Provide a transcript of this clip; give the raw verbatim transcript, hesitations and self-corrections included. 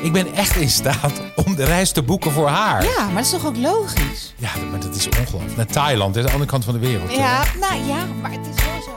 Ik ben echt in staat om de reis te boeken voor haar. Ja, maar dat is toch ook logisch? Ja, maar dat is ongelooflijk. Naar Thailand, dat is de andere kant van de wereld. Ja, nou ja, maar het is wel zo.